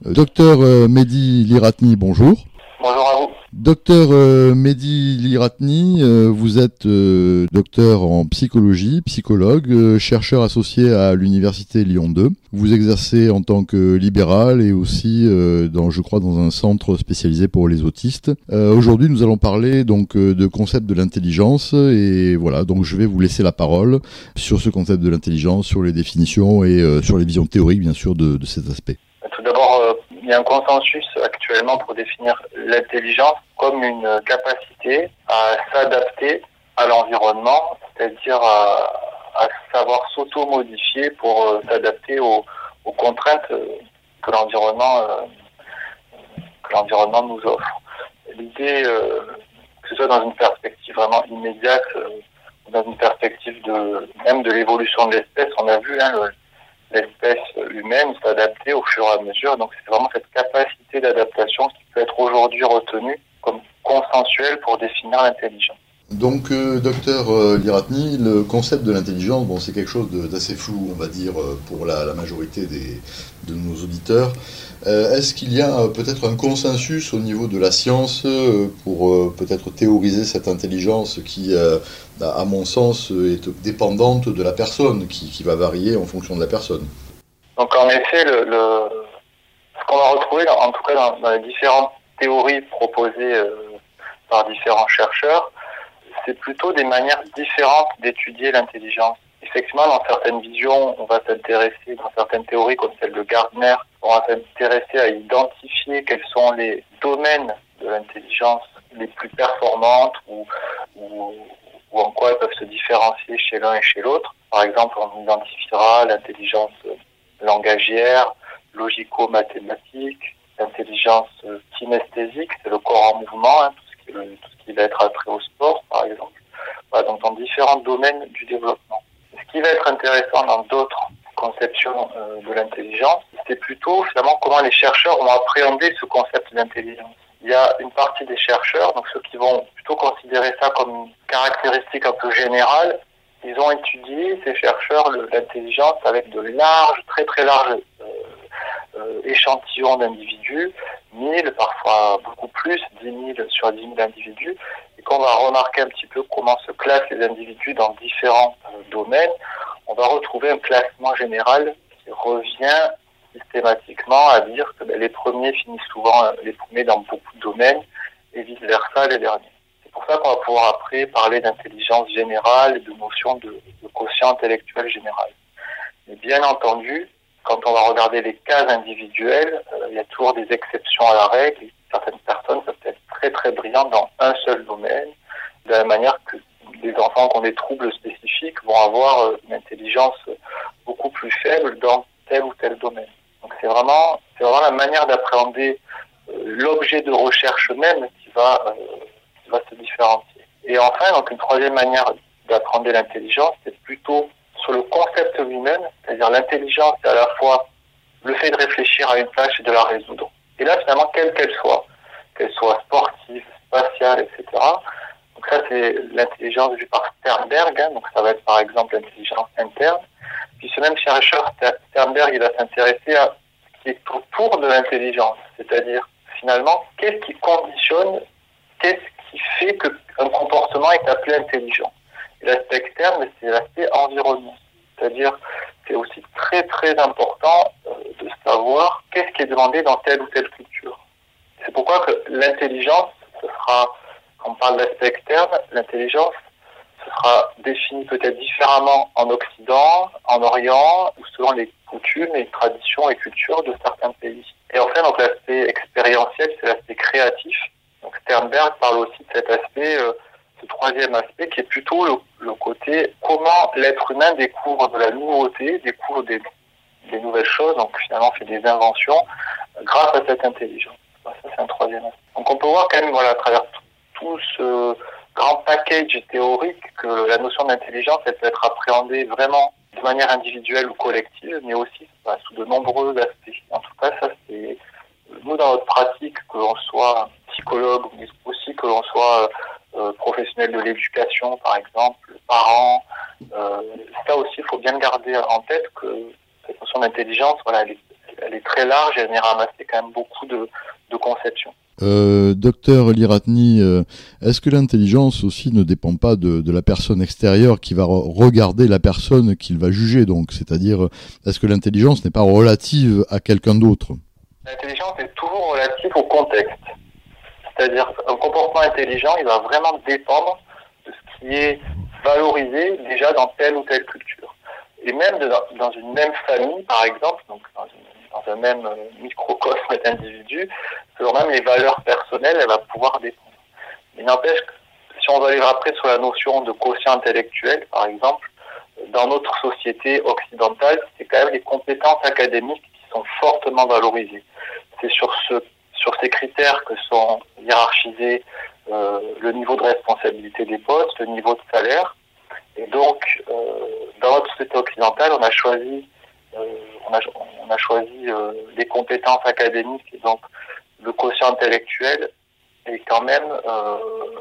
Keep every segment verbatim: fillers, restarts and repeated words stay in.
Euh, Docteur euh, Mehdi Liratni, bonjour. Bonjour à vous. Docteur euh, Mehdi Liratni, euh, vous êtes euh, docteur en psychologie, psychologue, euh, chercheur associé à l'université Lyon deux. Vous exercez en tant que libéral et aussi, euh, dans, je crois, dans un centre spécialisé pour les autistes. Euh, aujourd'hui, nous allons parler donc euh, de concept de l'intelligence et voilà. Donc, je vais vous laisser la parole sur ce concept de l'intelligence, sur les définitions et euh, sur les visions théoriques, bien sûr, de, de cet aspect. Tout d'abord, euh, il y a un consensus actuellement pour définir l'intelligence comme une capacité à s'adapter à l'environnement, c'est-à-dire à, à savoir s'auto-modifier pour euh, s'adapter aux, aux contraintes euh, que l'environnement euh, que l'environnement nous offre. L'idée, euh, que ce soit dans une perspective vraiment immédiate, euh, ou dans une perspective de même de l'évolution de l'espèce, on a vu hein, le, l'espèce humaine s'adapter au fur et à mesure. Donc c'est vraiment cette capacité d'adaptation qui peut être aujourd'hui retenue comme consensuelle pour définir l'intelligence. Donc, euh, docteur euh, Liratni, le concept de l'intelligence, bon, c'est quelque chose de, d'assez flou, on va dire, pour la, la majorité des, de nos auditeurs. Euh, est-ce qu'il y a euh, peut-être un consensus au niveau de la science euh, pour euh, peut-être théoriser cette intelligence qui, euh, à mon sens, est dépendante de la personne, qui, qui va varier en fonction de la personne? Donc, en effet, le, le, ce qu'on va retrouver, en tout cas dans, dans les différentes théories proposées euh, par différents chercheurs, c'est plutôt des manières différentes d'étudier l'intelligence. Effectivement, dans certaines visions, on va s'intéresser, dans certaines théories comme celle de Gardner, on va s'intéresser à identifier quels sont les domaines de l'intelligence les plus performantes ou, ou, ou en quoi elles peuvent se différencier chez l'un et chez l'autre. Par exemple, on identifiera l'intelligence langagière, logico-mathématique, l'intelligence kinesthésique, c'est le corps en mouvement, hein, tout ce qui, tout ce qui va être attrait au sport, par exemple. Voilà, donc dans différents domaines du développement. Ce qui va être intéressant dans d'autres conceptions euh, de l'intelligence, c'est plutôt finalement comment les chercheurs ont appréhendé ce concept d'intelligence. Il y a une partie des chercheurs, donc ceux qui vont plutôt considérer ça comme une caractéristique un peu générale, ils ont étudié, ces chercheurs, le, l'intelligence avec de larges, très très larges euh, euh, échantillons d'individus, mille, parfois beaucoup plus, dix mille sur dix mille individus, et qu'on va remarquer un petit peu comment se classent les individus dans différents euh, domaines. On va retrouver un classement général qui revient systématiquement à dire que ben, les premiers finissent souvent les premiers dans beaucoup de domaines et vice-versa les derniers. C'est pour ça qu'on va pouvoir après parler d'intelligence générale et de notion de, de quotient intellectuel général. Mais bien entendu, quand on va regarder les cas individuels, euh, il y a toujours des exceptions à la règle. Certaines personnes peuvent être très très brillantes dans un seul domaine, de la même manière que des enfants qui ont des troubles spécifiques vont avoir une intelligence beaucoup plus faible dans tel ou tel domaine. Donc c'est vraiment, c'est vraiment la manière d'appréhender euh, l'objet de recherche même qui va, euh, qui va se différencier. Et enfin, donc une troisième manière d'appréhender l'intelligence, c'est plutôt sur le concept lui-même, c'est-à-dire l'intelligence, c'est à la fois le fait de réfléchir à une tâche et de la résoudre. Et là, finalement, quelle qu'elle soit, qu'elle soit sportive, spatiale, et cetera. Donc ça, c'est l'intelligence vue par Sternberg, hein, donc ça va être par exemple l'intelligence interne. Puis ce même chercheur, Sternberg, il va s'intéresser à ce qui est autour de l'intelligence, c'est-à-dire finalement, qu'est-ce qui conditionne, qu'est-ce qui fait qu'un comportement est appelé intelligent. Et l'aspect externe, c'est l'aspect environnement, c'est-à-dire c'est aussi très très important euh, de savoir qu'est-ce qui est demandé dans telle ou telle culture. C'est pourquoi que l'intelligence, ce sera, quand on parle d'aspect externe, l'intelligence, ce sera défini peut-être différemment en Occident, en Orient, ou selon les coutumes, les traditions et cultures de certains pays. Et enfin, donc l'aspect expérientiel, c'est l'aspect créatif. Donc Sternberg parle aussi de cet aspect, euh, ce troisième aspect, qui est plutôt le, le côté comment l'être humain découvre de la nouveauté, découvre des, des nouvelles choses, donc finalement fait des inventions euh, grâce à cette intelligence. Ça, c'est un troisième aspect. Donc on peut voir quand même, voilà, à travers tout, tout ce grand package théorique que la notion d'intelligence, elle peut être appréhendée vraiment de manière individuelle ou collective, mais aussi bah, sous de nombreux aspects. En tout cas, ça c'est nous dans notre pratique, que l'on soit psychologue, mais aussi que l'on soit euh, professionnel de l'éducation, par exemple, parents. Euh, ça aussi, il faut bien garder en tête que cette notion d'intelligence, voilà, elle est, elle est très large et on y ramassé quand même beaucoup de, de conceptions. Euh, docteur Liratni, euh, est-ce que l'intelligence aussi ne dépend pas de, de la personne extérieure qui va re- regarder la personne qu'il va juger, donc, c'est-à-dire, est-ce que l'intelligence n'est pas relative à quelqu'un d'autre? L'intelligence est toujours relative au contexte. C'est-à-dire, un comportement intelligent, il va vraiment dépendre de ce qui est valorisé déjà dans telle ou telle culture. Et même de, dans une même famille, par exemple, donc dans, une, dans un même microcosme d'individus, selon même les valeurs personnelles, elle va pouvoir dépendre. Il n'empêche que si on va aller après sur la notion de quotient intellectuel, par exemple, dans notre société occidentale, c'est quand même les compétences académiques qui sont fortement valorisées. C'est sur ce sur ces critères que sont hiérarchisés euh, le niveau de responsabilité des postes, le niveau de salaire. Et donc, euh, dans notre société occidentale, on a choisi, euh, on a, on a choisi euh, les compétences académiques, et donc le quotient intellectuel est quand même euh,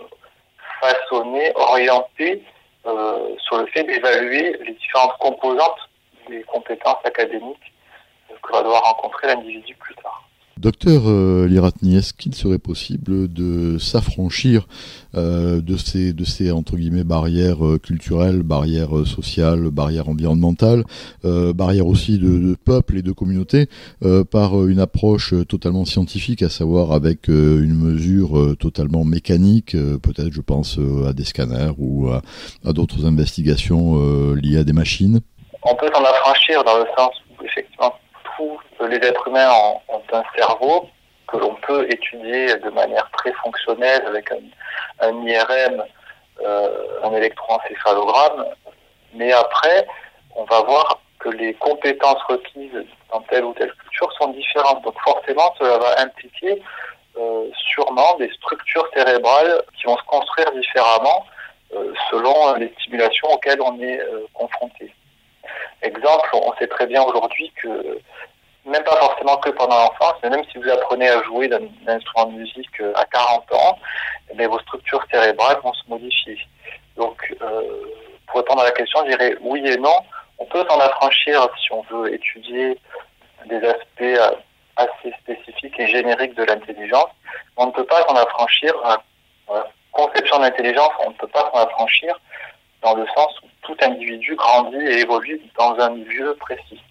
façonné, orienté euh, sur le fait d'évaluer les différentes composantes des compétences académiques que va devoir rencontrer l'individu plus tard. Docteur euh, Liratni, est-ce qu'il serait possible de s'affranchir euh, de ces, de ces entre guillemets barrières euh, culturelles, barrières euh, sociales, barrières environnementales, euh, barrières aussi de, de peuples et de communautés, euh, par euh, une approche euh, totalement scientifique, à savoir avec euh, une mesure euh, totalement mécanique, euh, peut-être je pense euh, à des scanners ou à, à d'autres investigations euh, liées à des machines? On peut s'en affranchir dans le sens où effectivement tous les êtres humains ont, ont un cerveau que l'on peut étudier de manière très fonctionnelle avec un, un I R M, euh, un électroencéphalogramme, mais après, on va voir que les compétences requises dans telle ou telle culture sont différentes. Donc forcément, cela va impliquer euh, sûrement des structures cérébrales qui vont se construire différemment euh, selon les stimulations auxquelles on est euh, confronté. Exemple, on sait très bien aujourd'hui que, même pas forcément que pendant l'enfance, mais même si vous apprenez à jouer d'un instrument de musique à quarante ans, eh bien, vos structures cérébrales vont se modifier. Donc, euh, pour répondre à la question, je dirais oui et non. On peut s'en affranchir si on veut étudier des aspects assez spécifiques et génériques de l'intelligence. On ne peut pas s'en affranchir à la conception de l'intelligence, on ne peut pas s'en affranchir dans le sens où tout individu grandit et évolue dans un milieu précis.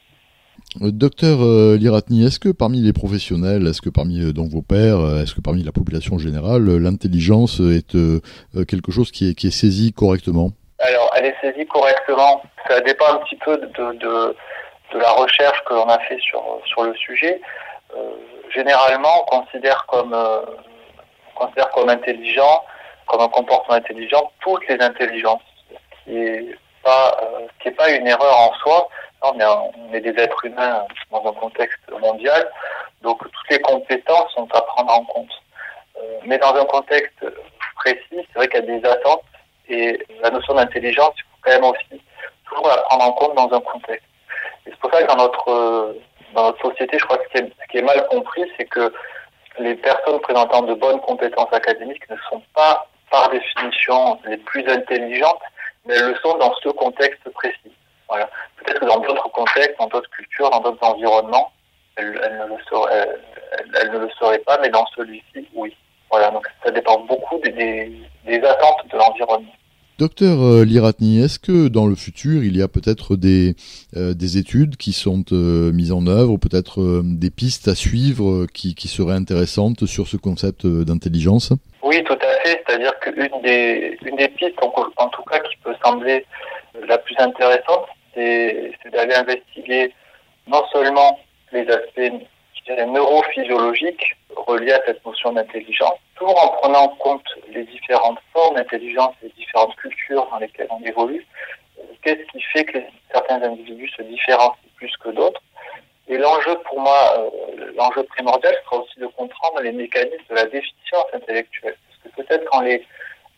Docteur euh, Liratni, est-ce que parmi les professionnels, est-ce que parmi euh, donc vos pairs, euh, est-ce que parmi la population générale, euh, l'intelligence est euh, quelque chose qui est, qui est saisi correctement? Alors, elle est saisie correctement. Ça dépend un petit peu de, de, de la recherche que l'on a fait sur, sur le sujet. Euh, généralement, on considère comme, euh, on considère comme intelligent, comme un comportement intelligent, toutes les intelligences, ce qui est pas, euh, ce qui est pas une erreur en soi. On est, on est des êtres humains dans un contexte mondial, donc toutes les compétences sont à prendre en compte. Euh, mais dans un contexte précis, c'est vrai qu'il y a des attentes et la notion d'intelligence, il faut quand même aussi toujours la prendre en compte dans un contexte. Et c'est pour ça que dans notre dans notre société, je crois que ce qui est, ce qui est mal compris, c'est que les personnes présentant de bonnes compétences académiques ne sont pas par définition les plus intelligentes, mais elles le sont dans ce contexte précis. Voilà. Peut-être que dans d'autres contextes, dans d'autres cultures, dans d'autres environnements, elles, elles, ne le seraient, elles, elles ne le seraient pas, mais dans celui-ci, oui. Voilà, donc ça dépend beaucoup des, des, des attentes de l'environnement. Docteur euh, Liratni, est-ce que dans le futur, il y a peut-être des, euh, des études qui sont euh, mises en œuvre, ou peut-être euh, des pistes à suivre euh, qui, qui seraient intéressantes sur ce concept euh, d'intelligence? Oui, tout à fait. C'est-à-dire qu'une des, une des pistes, en, en tout cas, qui peut sembler la plus intéressante, c'est, c'est d'aller investiguer non seulement les aspects, je dirais, neurophysiologiques reliés à cette notion d'intelligence, toujours en prenant en compte les différentes formes d'intelligence, les différentes cultures dans lesquelles on évolue. Qu'est-ce qui fait que certains individus se différencient plus que d'autres? Et l'enjeu pour moi, euh, l'enjeu primordial sera aussi de comprendre les mécanismes de la déficience intellectuelle. Parce que peut-être qu'en les,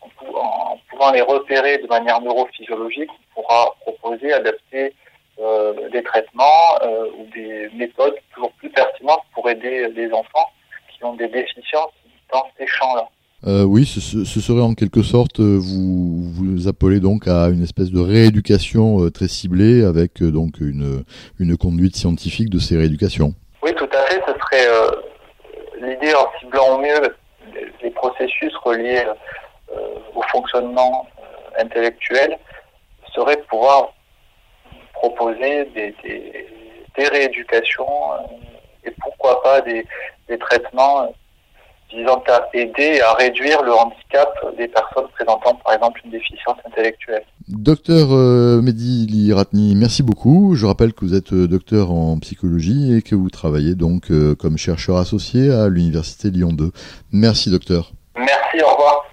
en pouvant les repérer de manière neurophysiologique, on pourra proposer, adapter euh, des traitements euh, ou des méthodes toujours plus pertinentes pour aider les enfants qui ont des déficiences dans ces champs-là. Euh, oui, ce, ce serait en quelque sorte, vous vous appelez donc à une espèce de rééducation euh, très ciblée avec euh, donc une, une conduite scientifique de ces rééducations. à fait, ce serait euh, l'idée en ciblant au mieux les processus reliés euh, au fonctionnement euh, intellectuel serait de pouvoir proposer des, des, des rééducations euh, et pourquoi pas des, des traitements euh, visant à aider et à réduire le handicap des personnes présentant par exemple une déficience intellectuelle. Docteur euh, Mehdi Liratni, merci beaucoup. Je rappelle que vous êtes euh, docteur en psychologie et que vous travaillez donc euh, comme chercheur associé à l'Université Lyon deux. Merci docteur. Merci, au revoir.